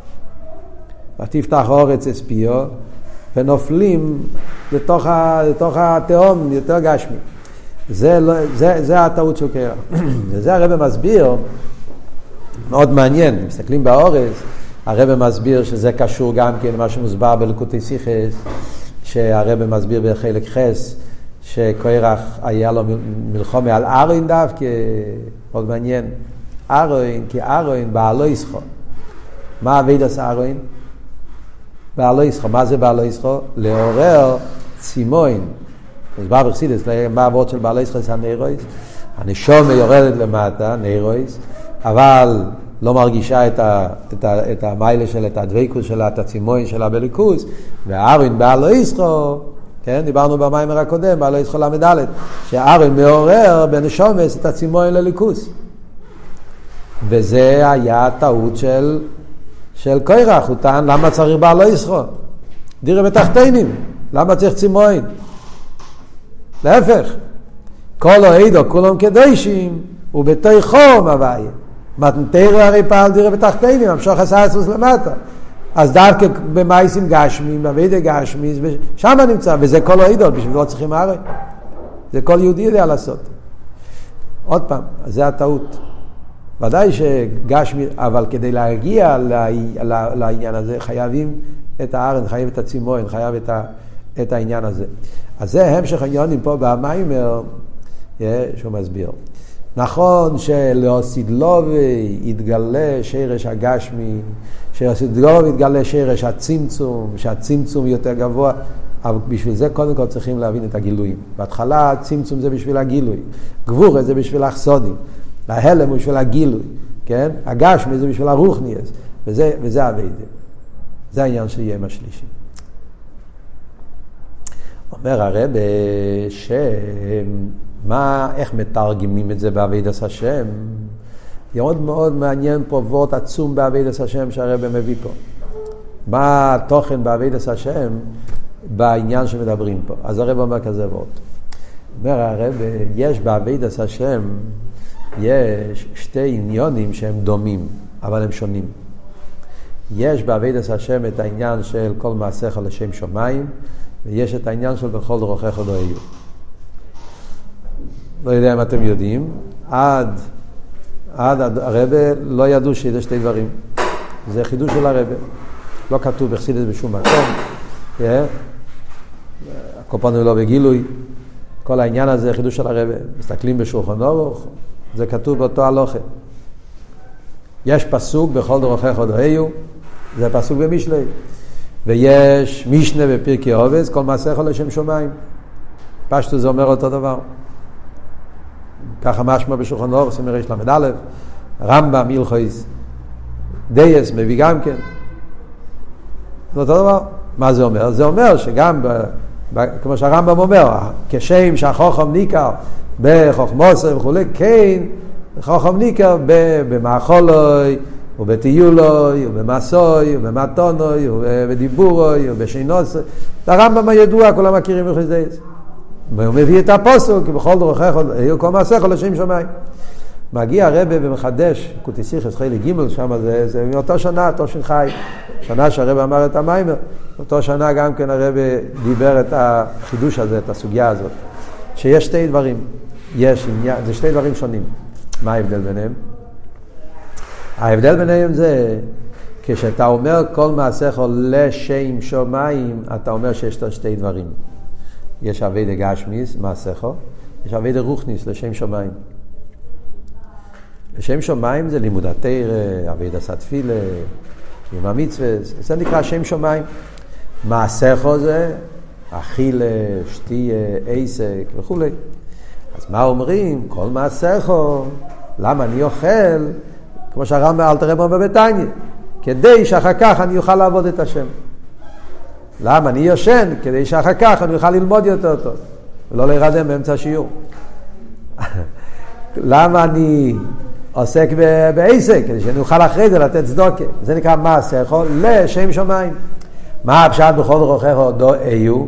ותפתח אורץ אספיו, ונופלים לתוך, ה, לתוך התהום יותר גשמי. זה, זה, זה הטעות של קרח. וזה הרב מסביר, מאוד מעניין, מסתכלים באורץ, הרב מסביר שזה קשור גם כן מה שמוסבר בליקוטי שיחס, שהרב מסביר בחלק חס, שקרח היה לו מלחמה על ארוין דווקא, מאוד מעניין. ארוין, כי ארוין בעלו ישחו. מה עבודת ארוין? בעלו ישחו. מה זה בעלו ישחו? לעורר צימון. אז בא בחסידות, מה העבוד של בעלו ישחו? זה הנאירויס. הנשמה יורדת למטה, נאירויס, אבל לא מרגישה את, ה, את, ה, את המיילה שלה, את הדבקות שלה, את הצימון שלה בליכוז, והארוין בעלו ישחו, כן, דיברנו במיימר הקודם, בעלו ישחו למדלת, שהארוין מעורר בנשומס את הצימון לליכוז. וזה היה טעות של, של קוירח, הוא טען, למה צריך בעלו ישחו? דירה בתחתינים, למה צריך צימון? להפך, כל אוהידו, כולם קדושים, ובתי חום הוואי. מתנתר הרי פעל דירה בתחתינים, המשוך עשה אסוס למטה. אז דווקא במייסים גשמים, בבידי גשמים, שם נמצא, וזה כל אוהידו, בשביל לא צריכים הרי. זה כל יהודי יודע לעשות. עוד פעם, אז זה הטעות. ודאי שגשמי, אבל כדי להגיע לעניין הזה, חייבים את הארץ, חייב את הצימון, חייב את, ה, את העניין הזה. אז זה המשך העניינים פה במיימר, שהוא מסביר. נכון שלאוסידלובי יתגלה שרש הגשמי, שלאוסידלובי יתגלה שרש הצמצום, שהצמצום יותר גבוה, אבל בשביל זה קודם כל צריכים להבין את הגילויים. בהתחלה הצמצום זה בשביל הגילוי, גבורה זה בשביל החסודים, ההלם הוא בשביל הגילוי, כן? הגשמי זה בשביל הרוחניאס, וזה, וזה הווידה. זה העניין של יום השלישי. אומר הרב שמה, איך מתרגמים את זה בעבודת השם? מאוד מאוד מעניין פה וורט עצום בעבודת השם שהרב מביא פה. מה התוכן בעבודת השם בעניין שמדברים פה? אז הרב אומר כזה וורט. אומר הרב, יש בעבודת השם יש שתי עניונים שהם דומים, אבל הם שונים. יש בעבודת השם את העניין של כל מעשיך לשם שמיים, ויש את העניין של בכל דרכיך לא יהיו. לא יודע אם אתם יודעים, עד, עד הרבה לא ידעו שזה שתי דברים. זה חידוש של הרבה. לא כתוב בחסידות בשום מקום. הקופונים לא בגילוי. כל העניין הזה חידוש של הרבה. מסתכלים בשולחן אורוך, זה כתוב באותו הלוכה. יש פסוק בכל דרכיך לא יהיו, זה פסוק במשלי. ויש משנה בפרקי אובס, כל מעשיך לשם שמיים. פשטו זה אומר אותו דבר. ככה משמע בשולחן אורוך, סמר יש למד א', רמב"ם, הלכות דייס מביא גם כן. זה אותו דבר. מה זה אומר? זה אומר שגם, ב, ב, כמו שהרמב"ם אומר, כשם שהחוכם ניכר בחוכמוסו וכו', כן, חוכם ניכר במאכולוי, ובטיולוי, ובמסוי, ובמתונוי, ובדיבורוי, ובשינוסוי. הרמב"ם הידוע, כולם מכירים הלכות דייס. והוא מביא את הפוסוק, כי בכל דרכיך יהיו כל מעשיך לשם שמיים. מגיע הרבה ומחדש, קוטיסיכס חלק ג' שם, זה, זה מאותו שנה, אותו שנחי, שנה שהרבה אמר את המיימר, אותו שנה גם כן הרבה דיבר את החידוש הזה, את הסוגיה הזאת, שיש שתי דברים, יש, זה שתי דברים שונים. מה ההבדל ביניהם? ההבדל ביניהם זה, כשאתה אומר כל מעשיך לשם שמיים, אתה אומר שיש שתי דברים. יש עבודת גשמיס, מעשיך, יש עבודת רוחניס, לשם שמיים. לשם שמיים זה לימוד התורה, עבודת התפילה, קיום המצוות, זה נקרא שם שמיים. מעשיך זה אכילה, שתייה, עסק וכו'. אז מה אומרים? כל מעשיך, למה אני אוכל? כמו שהרמב"ם אלתר רבי אומר בתניא, כדי שאחר כך אני אוכל לעבוד את השם. למה אני יושן? כדי שאחר כך אני אוכל ללמוד יותר טוב, ולא להירדם באמצע השיעור. למה אני עוסק בעסק? כדי שאני אוכל אחרי זה לתת צדוקה. זה נקרא מעשיך לשם שמיים. מה הפשט בכל דרכיך לא יהיו?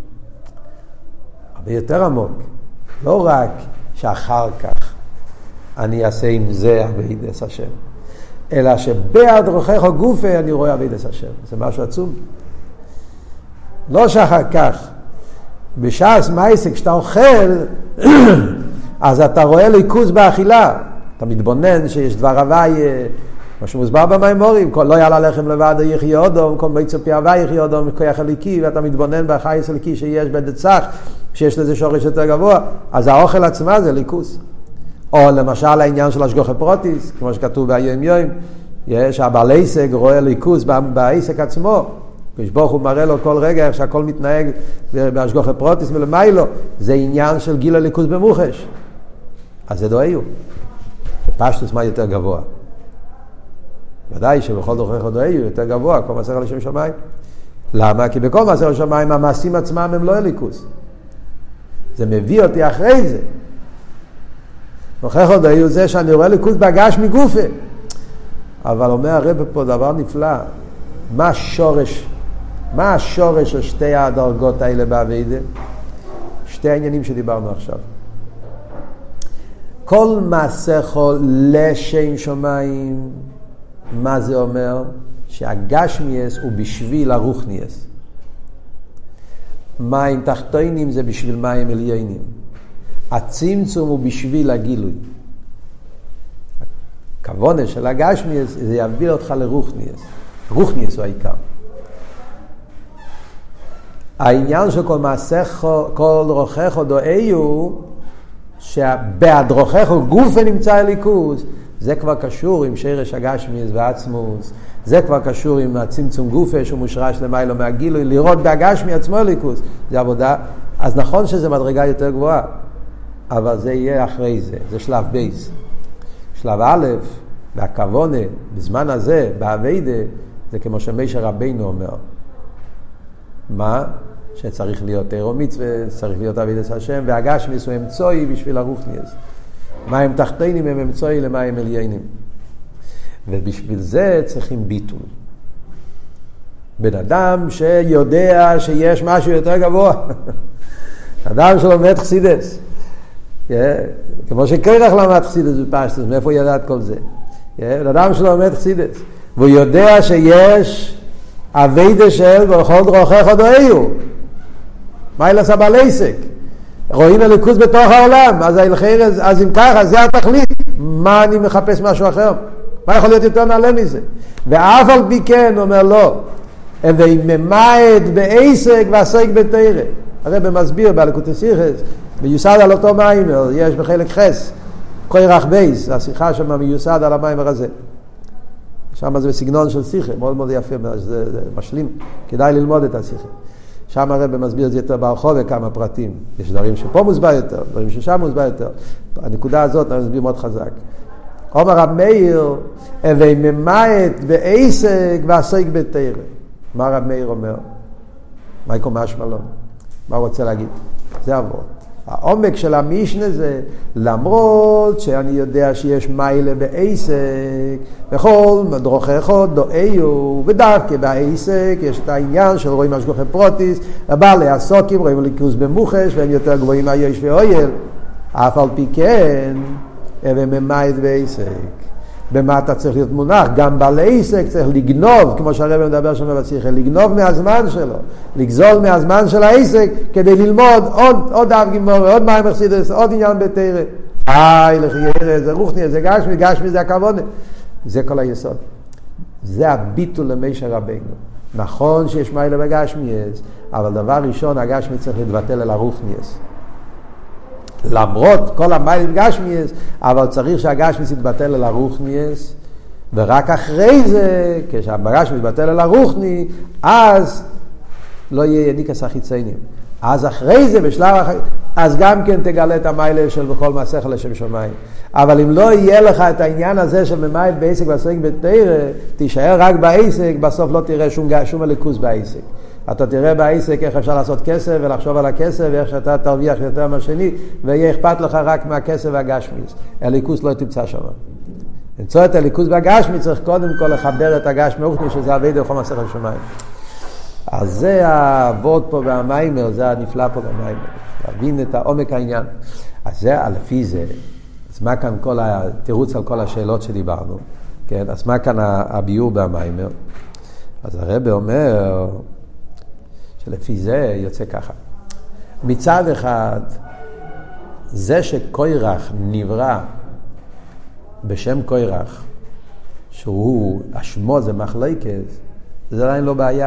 הרבה יותר עמוק. לא רק שאחר כך אני אעשה עם זה עבודת השם, אלא שבעד דרכיך גופה אני רואה עבודת השם. זה משהו עצום. לא שאחר כך, בשעס מייסק, כשאתה אוכל, אז אתה רואה ליכוז באכילה. אתה מתבונן שיש דבר הווי, מה שמוסבר במיימורים, לא יעלה לחם לבד יחיה אודום, כל מיצו פי הווי יחיה אודום, כוח אליקי, ואתה מתבונן בחייס אליקי שיש בדצח, שיש לזה שורש יותר גבוה, אז האוכל עצמה זה ליכוז. או למשל העניין של השגחה פרוטיס, כמו שכתוב ביום יום, יש הבעל עסק רואה ליכוז בעסק עצמו, כשברוך הוא מראה לו כל רגע איך שהכל מתנהג בהשגחה פרוטיס מלמיילו, זה עניין של גיל הליכוז במוחש. אז זה דואיו. פשטוס מה יותר גבוה? ודאי שבכל דרכיך דואיו יותר גבוה, כל מעשיך לשם שמיים. למה? כי בכל מעשיך לשם שמיים המעשים עצמם הם לא הליכוז. זה מביא אותי אחרי זה. דרכיך דואיו זה שאני רואה ליכוז בגש מגופה. אבל אומר הרב פה דבר נפלא. מה השורש? מה השורש של שתי הדרגות האלה בעבודה? שתי העניינים שדיברנו עכשיו. כל מעשיך לשם שמיים, מה זה אומר? שהגשמיאס הוא בשביל הרוחניאס. מים תחתונים זה בשביל מים עליונים. הצמצום הוא בשביל הגילוי. הכוונה של הגשמיאס זה יביא אותך לרוחניאס. רוחניאס הוא העיקר. העניין של כל מעשיך, כל דרכיך דואיו, שבהדרכיך גופה נמצא הליכוז, זה כבר קשור עם שרש הגשמיאס ועצמוס, זה כבר קשור עם הצמצום גופה שהוא מושרש למיילו מהגילוי, לראות בהגשמי עצמו הליכוז, זה עבודה. אז נכון שזה מדרגה יותר גבוהה, אבל זה יהיה אחרי זה, זה שלב בייס. שלב א', והכוונה, בזמן הזה, בעבודה, זה כמו שמשה רבינו אומר. מה? שצריך להיות תורה מצווה, צריך להיות עבודת השם, והגשמיס הוא אמצעי בשביל הרוחניאס. מים תחתונים הם אמצעי למים עליונים. ובשביל זה צריכים ביטול. בן אדם שיודע שיש משהו יותר גבוה. אדם שלומד חסידס. כמו שקרח למד חסידס בפשטוס, מאיפה הוא ידע את כל זה? אדם שלא לומד חסידס, והוא יודע שיש עבודה של בכל דרוכך הודאיו. מה ילס הבעל עסק? רואים הליכוז בתוך העולם, אז, אז אם ככה, זה התכלית. מה אני מחפש משהו אחר? מה יכול להיות יותר נעלה מזה? ואף על פי כן אומר לא, ואם ממעט בעסק ועסק בתורה. הרב מסביר בליקוטי שיחס, מיוסד על אותו מיימר, יש בחלק חס, קורח בייס, השיחה שם מיוסד על המיימר הזה. שם זה בסגנון של שיחה, מאוד מאוד יפה, זה, זה משלים, כדאי ללמוד את השיחה. שם הרב מסביר את זה יותר ברחוב וכמה פרטים. יש דברים שפה מוסבר יותר, דברים ששם מוסבר יותר. הנקודה הזאת אני מסביר מאוד חזק. אומר רב מאיר, הווי ממעט בעסק ועסק בתורה. מה רב מאיר אומר? מה יקום משמע לו? מה הוא רוצה להגיד? זה עבוד. העומק של המשנה זה, למרות שאני יודע שיש מיילה בעסק, בכל דרוכך דואיו, ודווקא בעסק יש את העניין של רואים השגוחי פרוטיס, הבעלי הסוקים רואים ליכוז במוחש, והם יותר גבוהים מהיש ואויל. אף על פי כן, הם ממעט בעסק. במה אתה צריך להיות מונח? גם בעלי עסק צריך לגנוב, כמו שהרב מדבר שם בשיחה, לגנוב מהזמן שלו, לגזול מהזמן של העסק, כדי ללמוד עוד, עוד אב גימור, עוד מים חסידס, עוד עניין בתורה. איי, לחיירה, זה רוחני, זה גשמי, גשמי זה הכוונה. זה כל היסוד. זה הביטול למשה רבינו. נכון שיש מיילה בגשמי, אבל דבר ראשון, הגשמי צריך להתבטל על הרוחניאס. למרות כל המיילים גשמיאס, אבל צריך שהגשמיאס יתבטל על הרוחניאס, ורק אחרי זה, כשהגשמיאס יתבטל על הרוחני, אז לא יהיה יניקס החיציינים. אז אחרי זה, בשלב אחרי, אז גם כן תגלה את המיילה של בכל מעשיך לשם שמיים. אבל אם לא יהיה לך את העניין הזה של ממייל בעסק ועסק בתורה, תישאר רק בעסק, בסוף לא תראה שום, שום הליכוז בעסק. אתה תראה בעסק איך אפשר לעשות כסף ולחשוב על הכסף ואיך שאתה תרוויח יותר מהשני, ויהיה אכפת לך רק מהכסף והגשמיס. הליכוז לא תמצא שם. למצוא את הליכוז והגשמי צריך קודם כל לחבר את הגשמי רוחני, שזה עבד לכל מסך השמיים. אז זה העבוד פה במיימר, זה הנפלא פה במיימר. להבין את העומק העניין. אז זה לפי זה, אז מה כאן כל התירוץ על כל השאלות שדיברנו? כן? אז מה כאן הביור במיימר? אז הרב אומר שלפי זה יוצא ככה. מצד אחד, זה שקוירח נברא בשם קוירח, שהוא, השמו זה מחלקת, זה עדיין לא בעיה.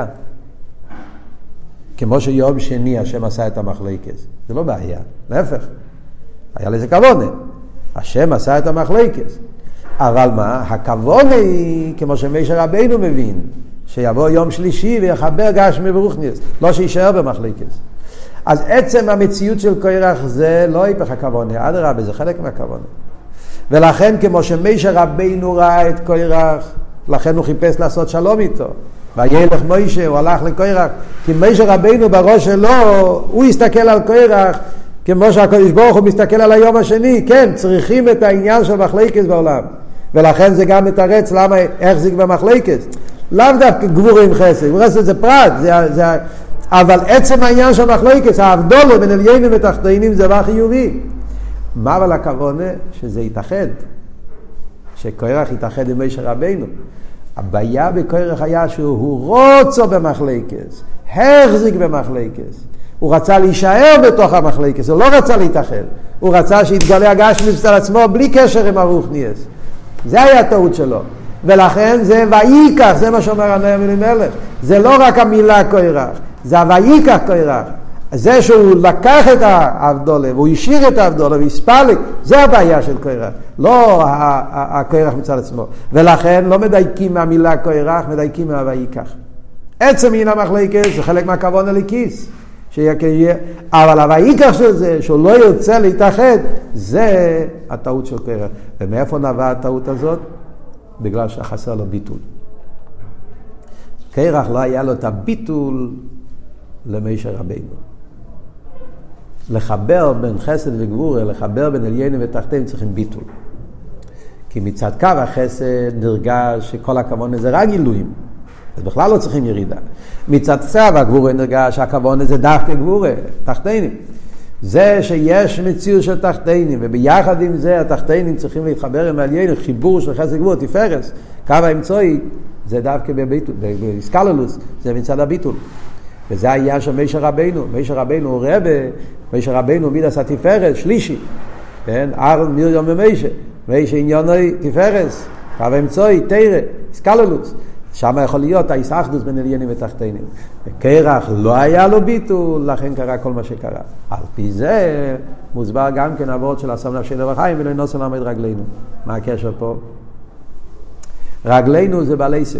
כמו שיום שני השם עשה את המחלקת, זה לא בעיה, להפך. היה לזה כוונה. השם עשה את המחלקת. אבל מה? הכוונה היא, כמו שמשה רבינו מבין, שיבוא יום שלישי ויחבר גשמי ורוחניאס, לא שישאר במחלקת. אז עצם המציאות של קוירח זה לא היפך הכוונה, אדרבה, זה חלק מהכוונה. ולכן כמו שמשה רבינו ראה את קוירח, לכן הוא חיפש לעשות שלום איתו. וילך מוישה, הוא הלך לקוירח, כי משה רבינו בראש שלו, הוא הסתכל על קוירח, כמו שהקדוש ברוך הוא מסתכל על היום השני, כן, צריכים את העניין של מחלקת בעולם. ולכן זה גם מתרץ למה החזיק במחלקת. לאו דווקא גבור עם חסד, גבור חסד זה פרט, זה, זה, אבל עצם העניין של מחלקת, ההבדולה בין עליינים ותחתינים זה דבר חיובי. מה אבל הכוונה? שזה יתאחד, שקוירח יתאחד עם משה רבינו. הבעיה בקוירח היה שהוא רוצו במחלקת, החזיק במחלקת. הוא רצה להישאר בתוך המחלקת, הוא לא רצה להתאחד. הוא רצה שיתגלה הגשמי על עצמו בלי קשר עם הרוחניאס. זה היה הטעות שלו. ולכן זה ויקח, זה מה שאומר הנביא אלימלך. זה לא רק המילה קוירח, זה ויקח קוירח. זה שהוא לקח את האבדולה, והוא השאיר את האבדולה והספלק, זה הבעיה של קוירח. לא הקוירח מצד עצמו. ולכן לא מדייקים מהמילה קוירח, מדייקים מהויקח. עצם מן המחלקת זה חלק מהכוון הליקיס. אבל הויקח של זה, שהוא לא יוצא להתאחד, זה הטעות של קוירח. ומאיפה נבע הטעות הזאת? בגלל שחסר לו ביטול. קוירח לא היה לו את הביטול למשה רבינו. לחבר בין חסד וגבורה, לחבר בין עליינים ותחתינים צריכים ביטול. כי מצד קו החסד נרגש שכל הכוונה זה רק גילויים. אז בכלל לא צריכים ירידה. מצד קו הגבורה נרגש שהכוונה זה דווקא גבורה, תחתינים. זה שיש מציאות של תחתינים, וביחד עם זה התחתינים צריכים להתחבר עם העליין, חיבור של חסד גבול, תפארס, קו האמצעי, זה דווקא בביטול, באסקללוס, זה מצד הביטול. וזה העניין של משה רבנו. משה רבנו הוא רבה, משה רבנו מידס התפארס, שלישי. כן? אהרון מרים ומשה. משה עניוני תפארס, קו האמצעי, תירא, אסקללוס. שם יכול להיות האיסאחדוס בין עליינים ותחתינים. וקרח לא היה לו ביטול, לכן קרה כל מה שקרה. על פי זה מוסבר גם כן העבוד של הסם נפשנו בחיים, ולא נוסע לעמד רגלינו. מה הקשר פה? רגלינו זה בעלי עסק.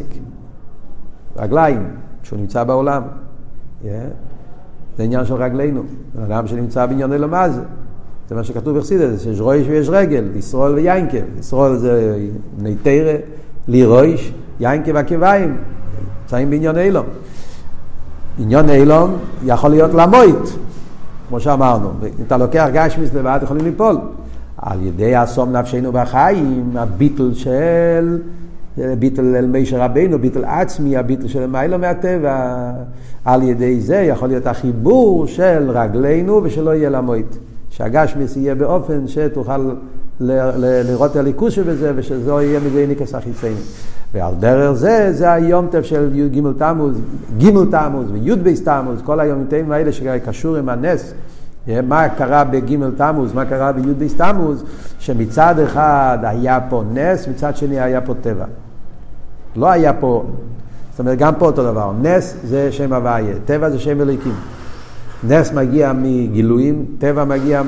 רגליים, שהוא נמצא בעולם. Yeah. זה עניין של רגלינו. אדם שנמצא בענייני למעשה. זה מה שכתוב בחסידות, שיש ראש ויש רגל, לשרול ויינקב. לשרול זה ניתרה, לירוש, יינקב והכביים. נמצאים בעניין אילום. עניין אילום יכול להיות למוית, כמו שאמרנו. אם אתה לוקח גשמיס לבד, יכולים ליפול. על ידי הסום נפשנו בחיים, הביטל של... ביטל אל משה רבנו, ביטל עצמי, הביטל של מיילו מהטבע. על ידי זה יכול להיות החיבור של רגלינו ושלא יהיה למוית. שהגשמיס יהיה באופן שתוכל ל- ל- לראות הליכוס שבזה ושזה יהיה מזה ניקס החיצייני. ועל דרך זה, זה היום טף של ג' תמוז, ג' תמוז וי' בייס תמוז, כל היום טעים האלה שקשור עם הנס. מה קרה בג' תמוז, מה קרה בי' בייס תמוז, שמצד אחד היה פה נס, מצד שני היה פה טבע. לא היה פה, זאת אומרת גם פה אותו דבר, נס זה שם הוויה, טבע זה שם אלוקים. נס מגיע מגילויים, טבע מגיע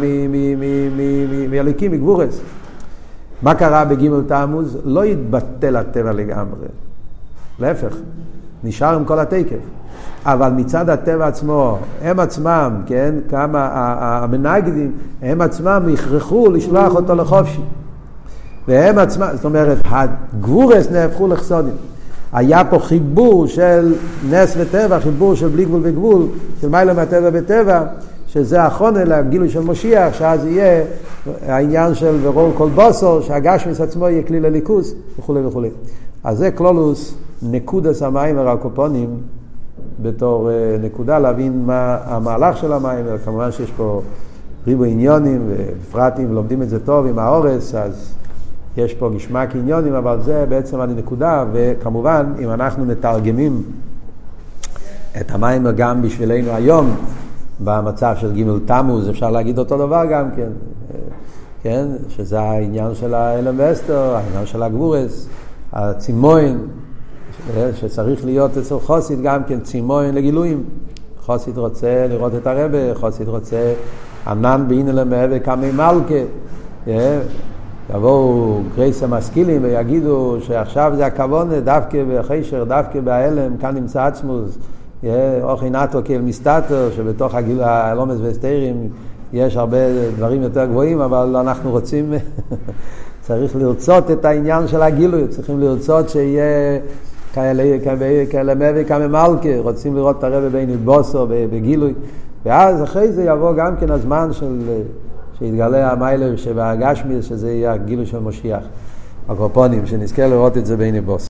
מאלוקים, מגבורס. מה קרה בג' תמוז? לא יתבטל הטבע לגמרי. להפך, נשאר עם כל התקף. אבל מצד הטבע עצמו, הם עצמם, כן, כמה המנגדים, הם עצמם יכרחו לשלוח אותו לחופשי. והם עצמם, זאת אומרת, הגבורס נהפכו לחסונים. היה פה חיבור של נס וטבע, חיבור של בלי גבול וגבול, של מיילה מהטבע בטבע, שזה החונה לגילוי של משיח, שאז יהיה העניין של ורור כל בוסו, שהגשמיס עצמו יהיה כלי לליכוס, וכו' וכו'. אז זה כלולוס נקודס המים והקופונים, בתור נקודה להבין מה המהלך של המים, וכמובן שיש פה ריבו עניונים ובפרטים, לומדים את זה טוב עם האורס, אז יש פה גשמק עניונים, אבל זה בעצם הנקודה, וכמובן אם אנחנו מתרגמים את המים גם בשבילנו היום, במצב של ג' תמוז, אפשר להגיד אותו דבר גם כן, כן? שזה העניין של האלם ואסתר, העניין של הגבורס, הצימוין, שצריך להיות אצל חוסית גם כן צימוין לגילויים. חוסית רוצה לראות את הרבה, חוסית רוצה ענן בעין אלה מהווה כמי מלכה. יבואו גרייס המשכילים ויגידו שעכשיו זה הכוון דווקא בחישר, דווקא באלם, כאן נמצא עצמוס, אוכי נטו כאל מסתתר, שבתוך הלומס והסתירים יש הרבה דברים יותר גבוהים, אבל אנחנו רוצים, צריך לרצות את העניין של הגילוי, צריכים לרצות שיהיה כאלה מהווה כמה מלכה, רוצים לראות את הרב בין בוסו בגילוי, ואז אחרי זה יבוא גם כן הזמן של שיתגלה המיילה שבהגשמי, שזה יהיה הגילוי של משיח, הקופונים, שנזכה לראות את זה בין בוסו.